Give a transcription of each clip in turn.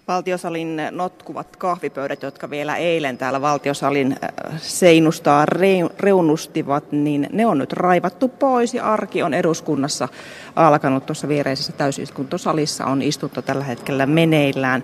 Valtiosalin notkuvat kahvipöydät, jotka vielä eilen täällä valtiosalin seinustaa reunustivat, niin ne on nyt raivattu pois ja arki on eduskunnassa alkanut. Tuossa viereisessä täysistuntosalissa on istunto tällä hetkellä meneillään.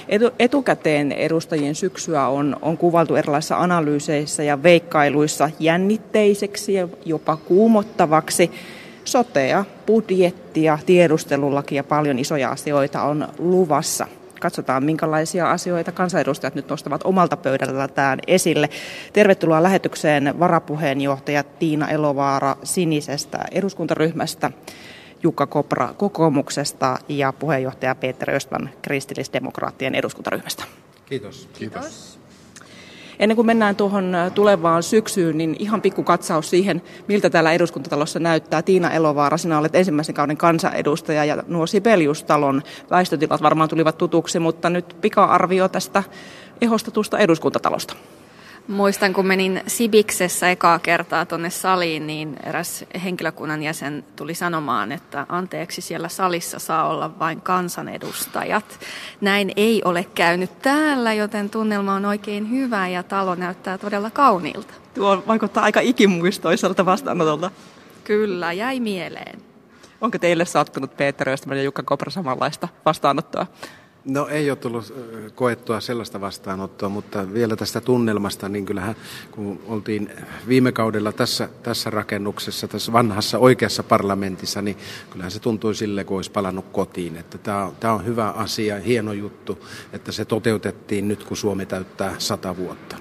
Etukäteen edustajien syksyä on kuvailtu erilaisissa analyyseissä ja veikkailuissa jännitteiseksi ja jopa kuumottavaksi. Sotea, budjettia, tiedustelulakia ja paljon isoja asioita on luvassa. Katsotaan, minkälaisia asioita kansanedustajat nyt nostavat omalta pöydällään esille. Tervetuloa lähetykseen varapuheenjohtaja Tiina Elovaara Sinisestä eduskuntaryhmästä, Jukka Kopra kokoomuksesta ja puheenjohtaja Peter Östman kristillisdemokraattien eduskuntaryhmästä. Kiitos. Kiitos. Ennen kuin mennään tuohon tulevaan syksyyn, niin ihan pikku katsaus siihen, miltä täällä eduskuntatalossa näyttää. Tiina Elovaara, sinä olet ensimmäisen kauden kansanedustaja ja nuo Sibelius-talon väistötilat varmaan tulivat tutuksi, mutta nyt pika-arvio tästä ehostetusta eduskuntatalosta. Muistan, kun menin Sibiksessä ekaa kertaa tuonne saliin, niin eräs henkilökunnan jäsen tuli sanomaan, että anteeksi, siellä salissa saa olla vain kansanedustajat. Näin ei ole käynyt täällä, joten tunnelma on oikein hyvä ja talo näyttää todella kauniilta. Tuo vaikuttaa aika ikimuistoiselta vastaanotolta. Kyllä, jäi mieleen. Onko teille sattunut Peter Östman ja Jukka Kopra samanlaista vastaanottoa? No ei ole tullut koettua sellaista vastaanottoa, mutta vielä tästä tunnelmasta, niin kyllähän kun oltiin viime kaudella tässä rakennuksessa, tässä vanhassa oikeassa parlamentissa, niin kyllähän se tuntui silleen, kun olisi palannut kotiin. Että tämä on hyvä asia, hieno juttu, että se toteutettiin nyt, kun Suomi täyttää 100 vuotta.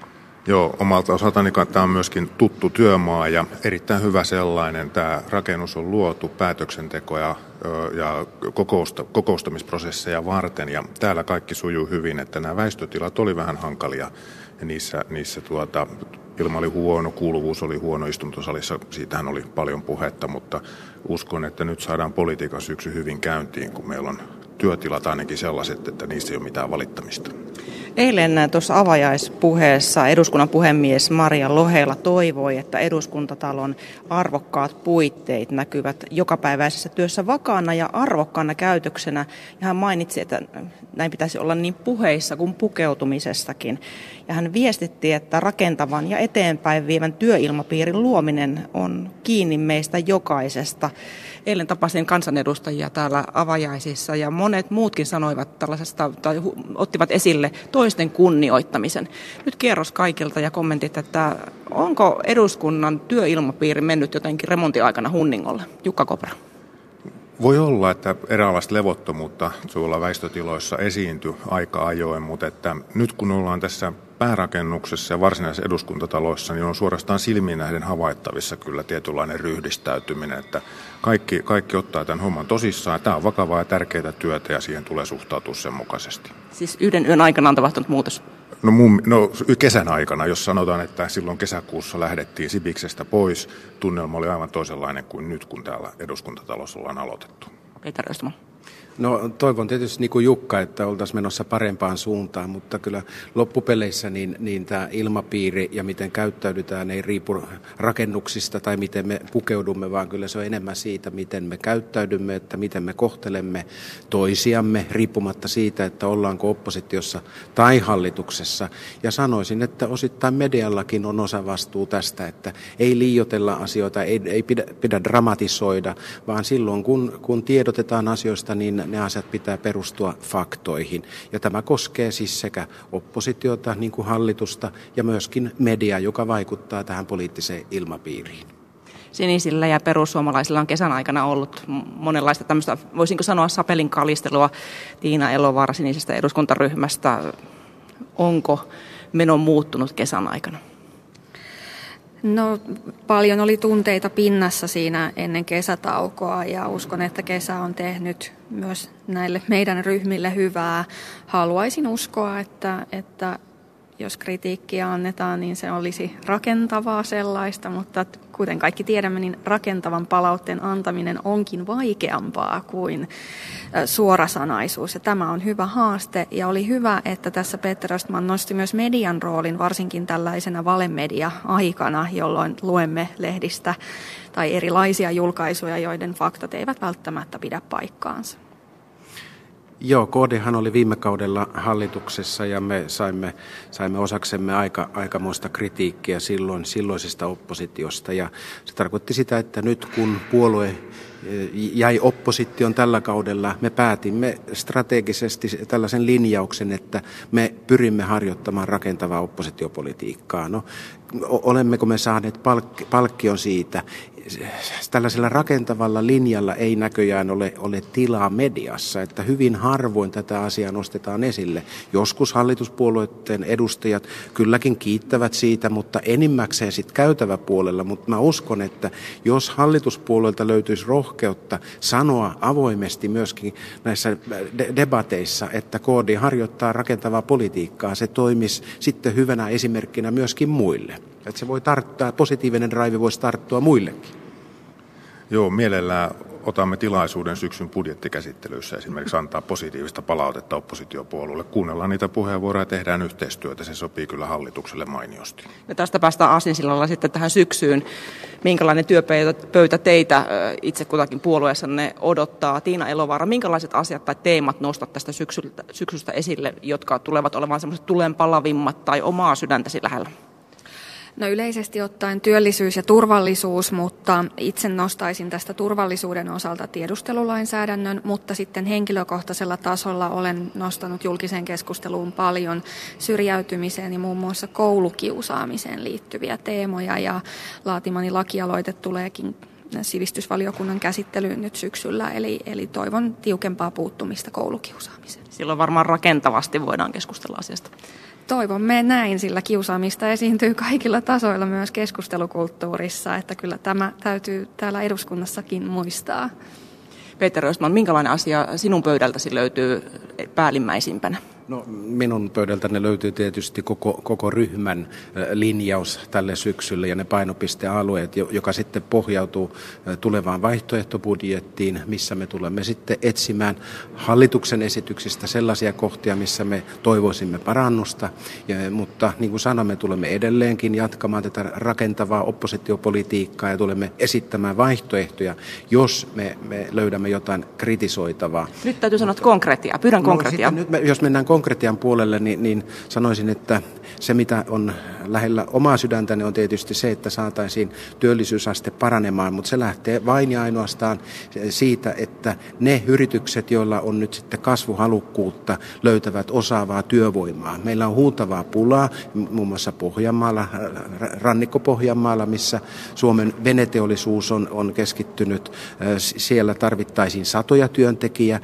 Joo, omalta osaltani tämä on myöskin tuttu työmaa ja erittäin hyvä sellainen. Tämä rakennus on luotu päätöksentekoja ja kokoustamisprosesseja varten ja täällä kaikki sujuu hyvin, että nämä väistötilat oli vähän hankalia ja niissä ilma oli huono, kuuluvuus oli huono istuntosalissa, siitähän oli paljon puhetta, mutta uskon, että nyt saadaan politiikan syksy hyvin käyntiin, kun meillä on työtilat ainakin sellaiset, että niissä ei ole mitään valittamista. Eilen tuossa avajaispuheessa eduskunnan puhemies Maria Lohela toivoi, että eduskuntatalon arvokkaat puitteet näkyvät jokapäiväisessä työssä vakaana ja arvokkaana käytöksenä. Ja hän mainitsi, että näin pitäisi olla niin puheissa kuin pukeutumisessakin. Ja hän viestitti, että rakentavan ja eteenpäin vievän työilmapiirin luominen on kiinni meistä jokaisesta. Eilen tapasin kansanedustajia täällä avajaisissa ja monet muutkin sanoivat tällaisesta tai ottivat esille toisten kunnioittamisen. Nyt kierros kaikilta ja kommentit, että onko eduskunnan työilmapiiri mennyt jotenkin remontin hunningolle? Jukka Kopra. Voi olla, että eräänlaista levottomuutta tuolla väistötiloissa esiintyi aika ajoin, mutta että nyt kun ollaan tässä päärakennuksessa ja varsinaisessa eduskuntataloissa, niin on suorastaan silmiin nähden havaittavissa kyllä tietynlainen ryhdistäytyminen, että kaikki ottaa tämän homman tosissaan. Tämä on vakavaa ja tärkeää työtä ja siihen tulee suhtautua sen mukaisesti. Siis yhden yön aikana on tapahtunut muutos? No kesän aikana, jos sanotaan, että silloin kesäkuussa lähdettiin Sibiksestä pois, tunnelma oli aivan toisenlainen kuin nyt, kun täällä eduskuntatalossa ollaan aloitettu. Peter Östman. No toivon tietysti niin kuin Jukka, että oltaisiin menossa parempaan suuntaan, mutta kyllä loppupeleissä niin tämä ilmapiiri ja miten käyttäydytään ei riipu rakennuksista tai miten me pukeudumme, vaan kyllä se on enemmän siitä, miten me käyttäydymme, että miten me kohtelemme toisiamme riippumatta siitä, että ollaanko oppositiossa tai hallituksessa. Ja sanoisin, että osittain mediallakin on osa vastuu tästä, että ei liioitella asioita, ei pidä dramatisoida, vaan silloin kun tiedotetaan asioista, niin ne asiat pitää perustua faktoihin. Ja tämä koskee siis sekä oppositiota, niin kuin hallitusta, ja myöskin mediaa, joka vaikuttaa tähän poliittiseen ilmapiiriin. Sinisillä ja perussuomalaisilla on kesän aikana ollut monenlaista tämmöistä, voisinko sanoa sapelin kalistelua. Tiina Elovaara Sinisestä eduskuntaryhmästä. Onko meno muuttunut kesän aikana? No paljon oli tunteita pinnassa siinä ennen kesätaukoa ja uskon, että kesä on tehnyt myös näille meidän ryhmille hyvää. Haluaisin uskoa, että jos kritiikkiä annetaan, niin se olisi rakentavaa sellaista, mutta kuten kaikki tiedämme, niin rakentavan palautteen antaminen onkin vaikeampaa kuin suorasanaisuus. Ja tämä on hyvä haaste ja oli hyvä, että tässä Peter Östman nosti myös median roolin, varsinkin tällaisena valemedia-aikana, jolloin luemme lehdistä tai erilaisia julkaisuja, joiden faktat eivät välttämättä pidä paikkaansa. Joo, KDhan oli viime kaudella hallituksessa ja me saimme osaksemme aikamoista kritiikkiä silloisesta oppositiosta. Ja se tarkoitti sitä, että nyt kun puolue jäi opposition tällä kaudella, me päätimme strategisesti tällaisen linjauksen, että me pyrimme harjoittamaan rakentavaa oppositiopolitiikkaa. No, olemmeko me saaneet palkkion siitä? Tällaisella rakentavalla linjalla ei näköjään ole tilaa mediassa, että hyvin harvoin tätä asiaa nostetaan esille. Joskus hallituspuolueiden edustajat kylläkin kiittävät siitä, mutta enimmäkseen sitten käytäväpuolella. Mutta mä uskon, että jos hallituspuolueilta löytyisi rohkeutta sanoa avoimesti myöskin näissä debateissa, että KD harjoittaa rakentavaa politiikkaa, se toimisi sitten hyvänä esimerkkinä myöskin muille. Että se voi positiivinen drive voisi tarttua muillekin. Joo, mielellään otamme tilaisuuden syksyn budjettikäsittelyssä esimerkiksi antaa positiivista palautetta oppositiopuolueelle. Kuunnellaan niitä puheenvuoroja ja tehdään yhteistyötä. Se sopii kyllä hallitukselle mainiosti. Ja tästä päästään aasinsillalla sitten tähän syksyyn. Minkälainen työpöytä teitä itse kutakin puolueessanne odottaa? Tiina Elovaara, minkälaiset asiat tai teemat nostat tästä syksystä esille, jotka tulevat olemaan semmoiset tulenpalavimmat tai omaa sydäntäsi lähellä? No yleisesti ottaen työllisyys ja turvallisuus, mutta itse nostaisin tästä turvallisuuden osalta tiedustelulainsäädännön, mutta sitten henkilökohtaisella tasolla olen nostanut julkiseen keskusteluun paljon syrjäytymiseen ja muun muassa koulukiusaamiseen liittyviä teemoja ja laatimani lakialoite tuleekin sivistysvaliokunnan käsittelyyn nyt syksyllä, eli toivon tiukempaa puuttumista koulukiusaamiseen. Silloin varmaan rakentavasti voidaan keskustella asiasta. Toivomme näin, sillä kiusaamista esiintyy kaikilla tasoilla myös keskustelukulttuurissa, että kyllä tämä täytyy täällä eduskunnassakin muistaa. Peter Östman, minkälainen asia sinun pöydältäsi löytyy päällimmäisimpänä? No, minun pöydältäni löytyy tietysti koko ryhmän linjaus tälle syksylle ja ne painopistealueet, joka sitten pohjautuu tulevaan vaihtoehtobudjettiin, missä me tulemme sitten etsimään hallituksen esityksistä sellaisia kohtia, missä me toivoisimme parannusta, mutta niin kuin sanomme, tulemme edelleenkin jatkamaan tätä rakentavaa oppositiopolitiikkaa ja tulemme esittämään vaihtoehtoja, jos me löydämme jotain kritisoitavaa. Nyt täytyy sanoa konkretiaa, pyydän konkretiaa. Nyt jos mennään konkretian puolelle, niin sanoisin, että se mitä on lähellä omaa sydäntäni on tietysti se, että saataisiin työllisyysaste paranemaan, mutta se lähtee vain ja ainoastaan siitä, että ne yritykset, joilla on nyt sitten kasvuhalukkuutta, löytävät osaavaa työvoimaa. Meillä on huutavaa pulaa, muun muassa Pohjanmaalla, rannikko-Pohjanmaalla, missä Suomen veneteollisuus on keskittynyt. Siellä tarvittaisiin satoja työntekijää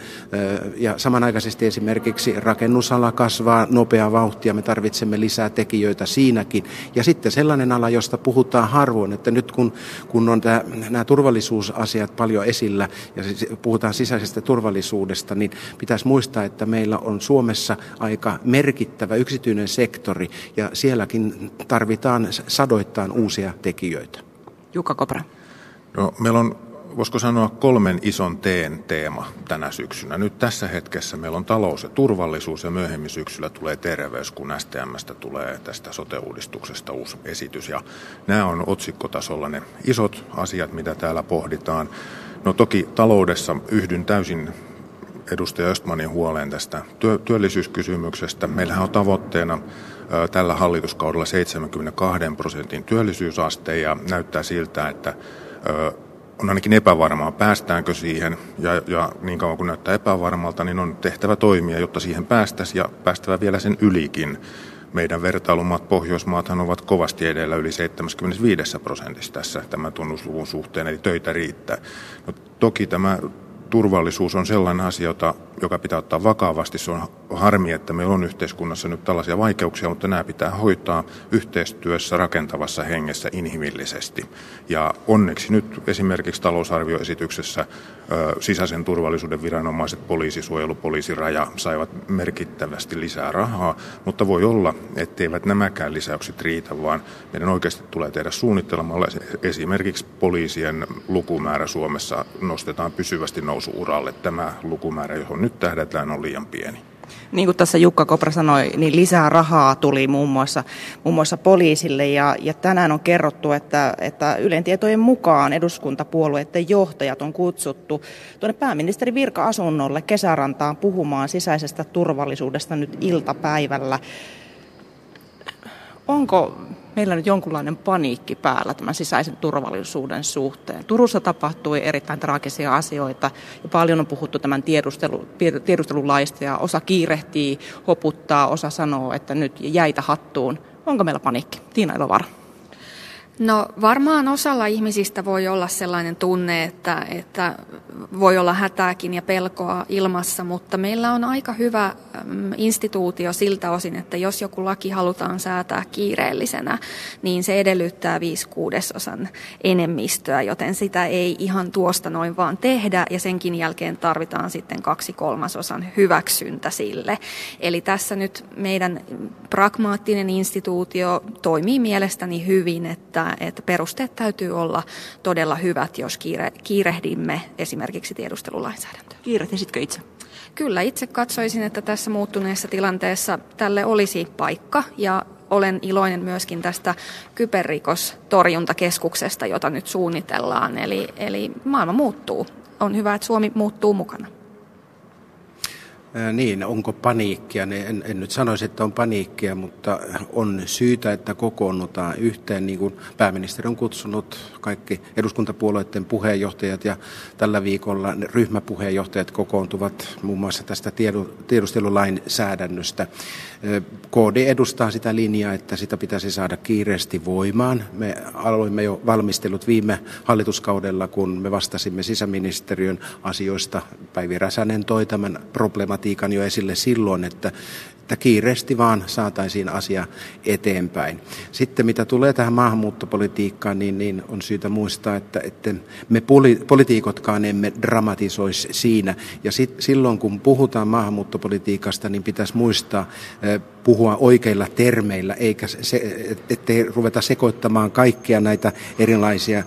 ja samanaikaisesti esimerkiksi rakennusala kasvaa nopeaa vauhtia, me tarvitsemme lisää tekijöitä siinäkin. Ja sitten sellainen ala, josta puhutaan harvoin, että nyt kun on nämä turvallisuusasiat paljon esillä ja puhutaan sisäisestä turvallisuudesta, niin pitäisi muistaa, että meillä on Suomessa aika merkittävä yksityinen sektori ja sielläkin tarvitaan sadoittain uusia tekijöitä. Jukka Kopra. No, meillä on, voisiko sanoa, 3 ison teema tänä syksynä. Nyt tässä hetkessä meillä on talous ja turvallisuus ja myöhemmin syksyllä tulee terveys, kun STM:stä tulee tästä sote-uudistuksesta uusi esitys. Ja nämä on otsikkotasolla ne isot asiat, mitä täällä pohditaan. No toki taloudessa yhdyn täysin edustaja Östmanin huoleen tästä työllisyyskysymyksestä. Meillähän on tavoitteena tällä hallituskaudella 72% työllisyysaste ja näyttää siltä, että on ainakin epävarmaa, päästäänkö siihen, ja niin kauan kuin näyttää epävarmalta, niin on tehtävä toimia, jotta siihen päästäisiin ja päästävä vielä sen ylikin. Meidän vertailumaat, Pohjoismaathan ovat kovasti edellä yli 75% tässä tämän tunnusluvun suhteen, eli töitä riittää. No, toki tämä turvallisuus on sellainen asia, joka pitää ottaa vakavasti. Se on harmi, että meillä on yhteiskunnassa nyt tällaisia vaikeuksia, mutta nämä pitää hoitaa yhteistyössä, rakentavassa hengessä, inhimillisesti. Ja onneksi nyt esimerkiksi talousarvioesityksessä sisäisen turvallisuuden viranomaiset, poliisi, suojelu, poliisi, raja saivat merkittävästi lisää rahaa, mutta voi olla, etteivät nämäkään lisäykset riitä, vaan meidän oikeasti tulee tehdä suunnittelemalla. Esimerkiksi poliisien lukumäärä Suomessa nostetaan pysyvästi nousu-uralle. Tämä lukumäärä, johon nyt tähdätään, on liian pieni. Niin kuin tässä Jukka Kopra sanoi, niin lisää rahaa tuli muun muassa poliisille ja tänään on kerrottu, että Ylen tietojen mukaan eduskuntapuolueiden johtajat on kutsuttu tuonne pääministerin virka-asunnolle Kesärantaan puhumaan sisäisestä turvallisuudesta nyt iltapäivällä. Onko meillä nyt jonkunlainen paniikki päällä tämän sisäisen turvallisuuden suhteen? Turussa tapahtui erittäin traagisia asioita ja paljon on puhuttu tämän tiedustelulaista ja osa kiirehtii, hoputtaa, osa sanoo, että nyt jäitä hattuun. Onko meillä paniikki? Tiina Elovaara. No varmaan osalla ihmisistä voi olla sellainen tunne, että voi olla hätääkin ja pelkoa ilmassa, mutta meillä on aika hyvä instituutio siltä osin, että jos joku laki halutaan säätää kiireellisenä, niin se edellyttää 5/6 enemmistöä, joten sitä ei ihan tuosta noin vaan tehdä ja senkin jälkeen tarvitaan sitten 2/3 hyväksyntä sille. Eli tässä nyt meidän pragmaattinen instituutio toimii mielestäni hyvin, että perusteet täytyy olla todella hyvät, jos kiirehdimme esimerkiksi tiedustelulainsäädäntöä. Kiirehtisitkö itse? Kyllä, itse katsoisin, että tässä muuttuneessa tilanteessa tälle olisi paikka ja olen iloinen myöskin tästä kyberrikostorjuntakeskuksesta, jota nyt suunnitellaan. Eli maailma muuttuu. On hyvä, että Suomi muuttuu mukana. Niin, onko paniikkia? En nyt sanoisi, että on paniikkia, mutta on syytä, että kokoonnutaan yhteen, niin kuin pääministeri on kutsunut kaikki eduskuntapuolueiden puheenjohtajat ja tällä viikolla ryhmäpuheenjohtajat kokoontuvat muun muassa tästä tiedustelulainsäädännöstä. KD edustaa sitä linjaa, että sitä pitäisi saada kiireesti voimaan. Me aloimme jo valmistelut viime hallituskaudella, kun me vastasimme sisäministeriön asioista. Päivi Räsänen toi tämän problematiikan jo esille silloin, että kiireesti vaan saataisiin asia eteenpäin. Sitten mitä tulee tähän maahanmuuttopolitiikkaan, niin on syytä muistaa, että me poliitikotkaan emme dramatisoisi siinä. Ja silloin kun puhutaan maahanmuuttopolitiikasta, niin pitäisi muistaa puhua oikeilla termeillä, eikä ettei ruveta sekoittamaan kaikkia näitä erilaisia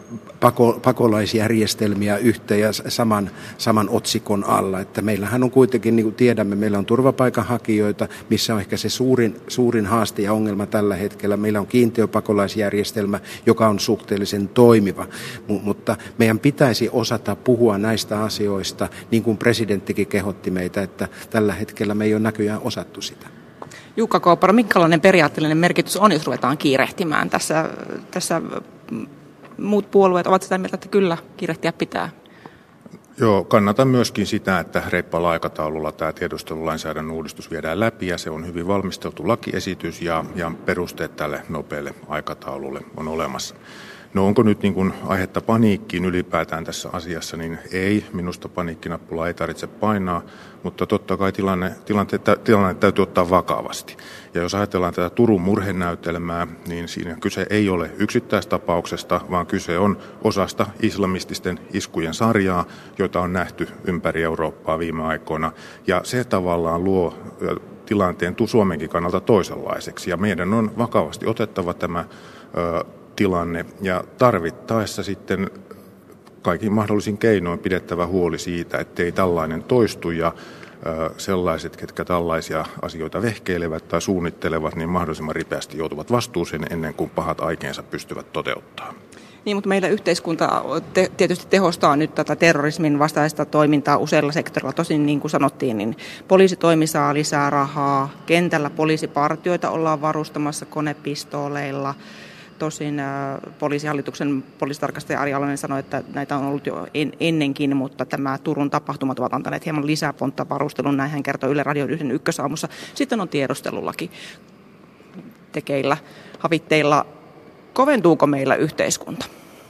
pakolaisjärjestelmiä yhteen ja saman otsikon alla. Että meillähän on kuitenkin, niin kuin tiedämme, meillä on turvapaikanhakijoita, missä on ehkä se suurin haaste ja ongelma tällä hetkellä. Meillä on kiintiöpakolaisjärjestelmä, joka on suhteellisen toimiva, mutta meidän pitäisi osata puhua näistä asioista, niin kuin presidenttikin kehotti meitä, että tällä hetkellä me ei ole näköjään osattu sitä. Jukka Kopra, minkälainen periaatteellinen merkitys on, jos ruvetaan kiirehtimään? Tässä muut puolueet ovat sitä mieltä, että kyllä kiirehtiä pitää. Joo, kannatan myöskin sitä, että reippaalla aikataululla tämä tiedustelulainsäädännön uudistus viedään läpi ja se on hyvin valmisteltu lakiesitys ja perusteet tälle nopealle aikataululle on olemassa. No onko nyt niin kuin aihetta paniikkiin ylipäätään tässä asiassa, niin ei, minusta paniikkinappulaa ei tarvitse painaa, mutta totta kai tilanne täytyy ottaa vakavasti. Ja jos ajatellaan tätä Turun murhenäytelmää, niin siinä kyse ei ole yksittäistapauksesta, vaan kyse on osasta islamististen iskujen sarjaa, joita on nähty ympäri Eurooppaa viime aikoina. Ja se tavallaan luo tilanteen Suomenkin kannalta toisenlaiseksi. Ja meidän on vakavasti otettava tämä tilanne ja tarvittaessa sitten kaikin mahdollisin keinoin pidettävä huoli siitä, ettei tällainen toistu ja sellaiset, ketkä tällaisia asioita vehkeilevät tai suunnittelevat, niin mahdollisimman ripeästi joutuvat vastuuseen ennen kuin pahat aikeensa pystyvät toteuttamaan. Niin, mutta meillä yhteiskunta tietysti tehostaa nyt tätä terrorismin vastaista toimintaa useilla sektorilla. Tosin niin kuin sanottiin, niin poliisitoimi saa lisää rahaa, kentällä poliisipartioita ollaan varustamassa konepistooleilla. Tosin poliisihallituksen poliisitarkastaja Ari Alonen sanoi, että näitä on ollut jo ennenkin, mutta tämä Turun tapahtumat ovat antaneet hieman lisää pontta varustelun. Näin hän kertoi Yle Radion 1 ykkösaamussa. Sitten on tiedustelulaki tekeillä, havitteilla. Koventuuko meillä yhteiskunta?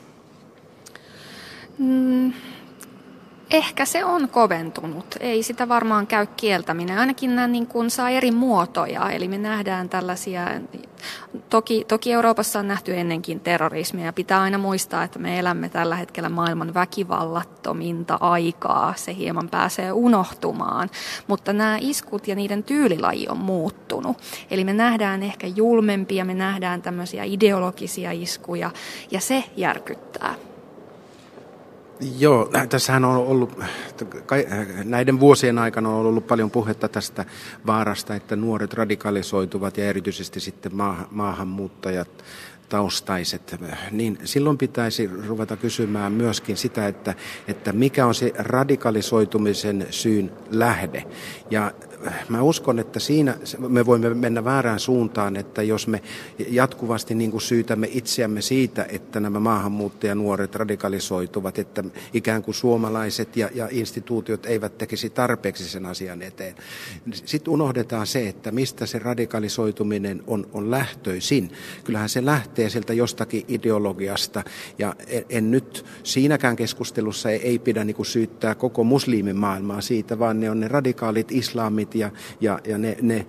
Ehkä se on koventunut. Ei sitä varmaan käy kieltäminen. Ainakin nämä niin kuin saa eri muotoja. Eli me nähdään tällaisia, toki Euroopassa on nähty ennenkin terrorismia. Pitää aina muistaa, että me elämme tällä hetkellä maailman väkivallattominta aikaa. Se hieman pääsee unohtumaan. Mutta nämä iskut ja niiden tyylilaji on muuttunut. Eli me nähdään ehkä julmempia, me nähdään tämmöisiä ideologisia iskuja ja se järkyttää. Joo, tässähän on ollut, näiden vuosien aikana on ollut paljon puhetta tästä vaarasta, että nuoret radikalisoituvat ja erityisesti sitten maahanmuuttajat, taustaiset, niin silloin pitäisi ruveta kysymään myöskin sitä, että mikä on se radikalisoitumisen syyn lähde. Ja mä uskon, että siinä me voimme mennä väärään suuntaan, että jos me jatkuvasti niin kuin syytämme itseämme siitä, että nämä maahanmuuttajanuoret radikalisoituvat, että ikään kuin suomalaiset ja instituutiot eivät tekisi tarpeeksi sen asian eteen. Sitten unohdetaan se, että mistä se radikalisoituminen on lähtöisin. Kyllähän se lähtee sieltä jostakin ideologiasta, ja en nyt siinäkään keskustelussa ei pidä niin kuin syyttää koko muslimimaailmaa siitä, vaan ne on ne radikaalit islamit ja ne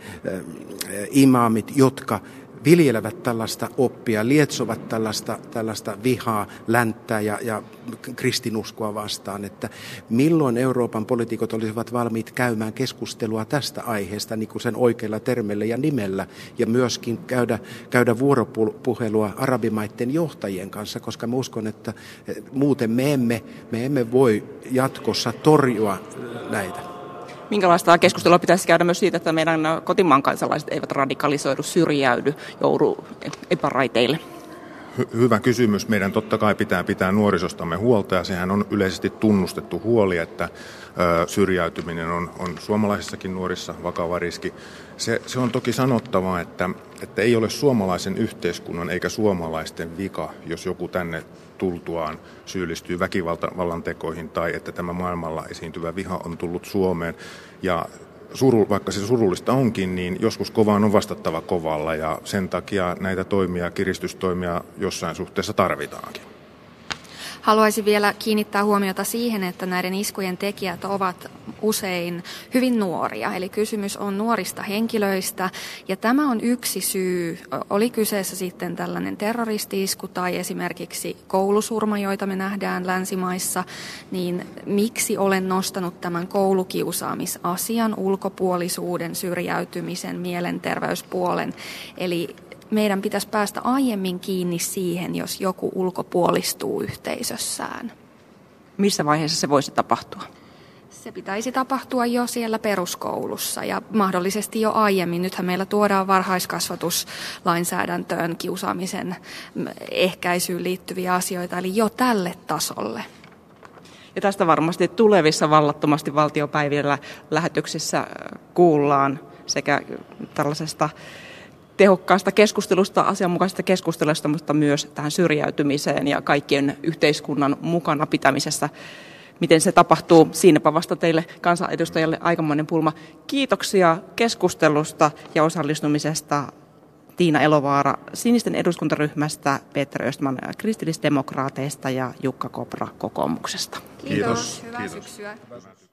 imaamit, jotka viljelevät tällaista oppia, lietsovat tällaista vihaa, länttää ja kristinuskoa vastaan, että milloin Euroopan poliitikot olisivat valmiit käymään keskustelua tästä aiheesta niin kuin sen oikealla termellä ja nimellä, ja myöskin käydä vuoropuhelua arabimaiden johtajien kanssa, koska mä uskon, että muuten me emme voi jatkossa torjua näitä. Minkälaista keskustelua pitäisi käydä myös siitä, että meidän kotimaan kansalaiset eivät radikalisoidu, syrjäydy, joudu epäraiteille? Hyvä kysymys. Meidän totta kai pitää nuorisostamme huolta, ja sehän on yleisesti tunnustettu huoli, että syrjäytyminen on suomalaisissakin nuorissa vakava riski. Se on toki sanottava, että ei ole suomalaisen yhteiskunnan eikä suomalaisten vika, jos joku tänne tultuaan syyllistyy väkivallan tekoihin tai että tämä maailmalla esiintyvä viha on tullut Suomeen. Ja vaikka se surullista onkin, niin joskus kovaan on vastattava kovalla, ja sen takia näitä kiristystoimia jossain suhteessa tarvitaankin. Haluaisin vielä kiinnittää huomiota siihen, että näiden iskujen tekijät ovat usein hyvin nuoria. Eli kysymys on nuorista henkilöistä, ja tämä on yksi syy. Oli kyseessä sitten tällainen terroristi-isku tai esimerkiksi koulusurma, joita me nähdään länsimaissa, niin miksi olen nostanut tämän koulukiusaamisasian, ulkopuolisuuden, syrjäytymisen, mielenterveyspuolen. Eli meidän pitäisi päästä aiemmin kiinni siihen, jos joku ulkopuolistuu yhteisössään. Missä vaiheessa se voisi tapahtua? Se pitäisi tapahtua jo siellä peruskoulussa ja mahdollisesti jo aiemmin. Nythän meillä tuodaan varhaiskasvatuslainsäädäntöön kiusaamisen ehkäisyyn liittyviä asioita, eli jo tälle tasolle. Ja tästä varmasti tulevissa vallattomasti valtiopäivillä lähetyksissä kuullaan sekä tällaisesta tehokkaasta keskustelusta, asianmukaisesta keskustelusta, mutta myös tähän syrjäytymiseen ja kaikkien yhteiskunnan mukana pitämisessä. Miten se tapahtuu? Siinäpä vasta teille kansanedustajille aikamoinen pulma. Kiitoksia keskustelusta ja osallistumisesta Tiina Elovaara Sinisten eduskuntaryhmästä, Peter Östman kristillisdemokraateista ja Jukka Kopra kokoomuksesta. Kiitos. Hyvää syksyä.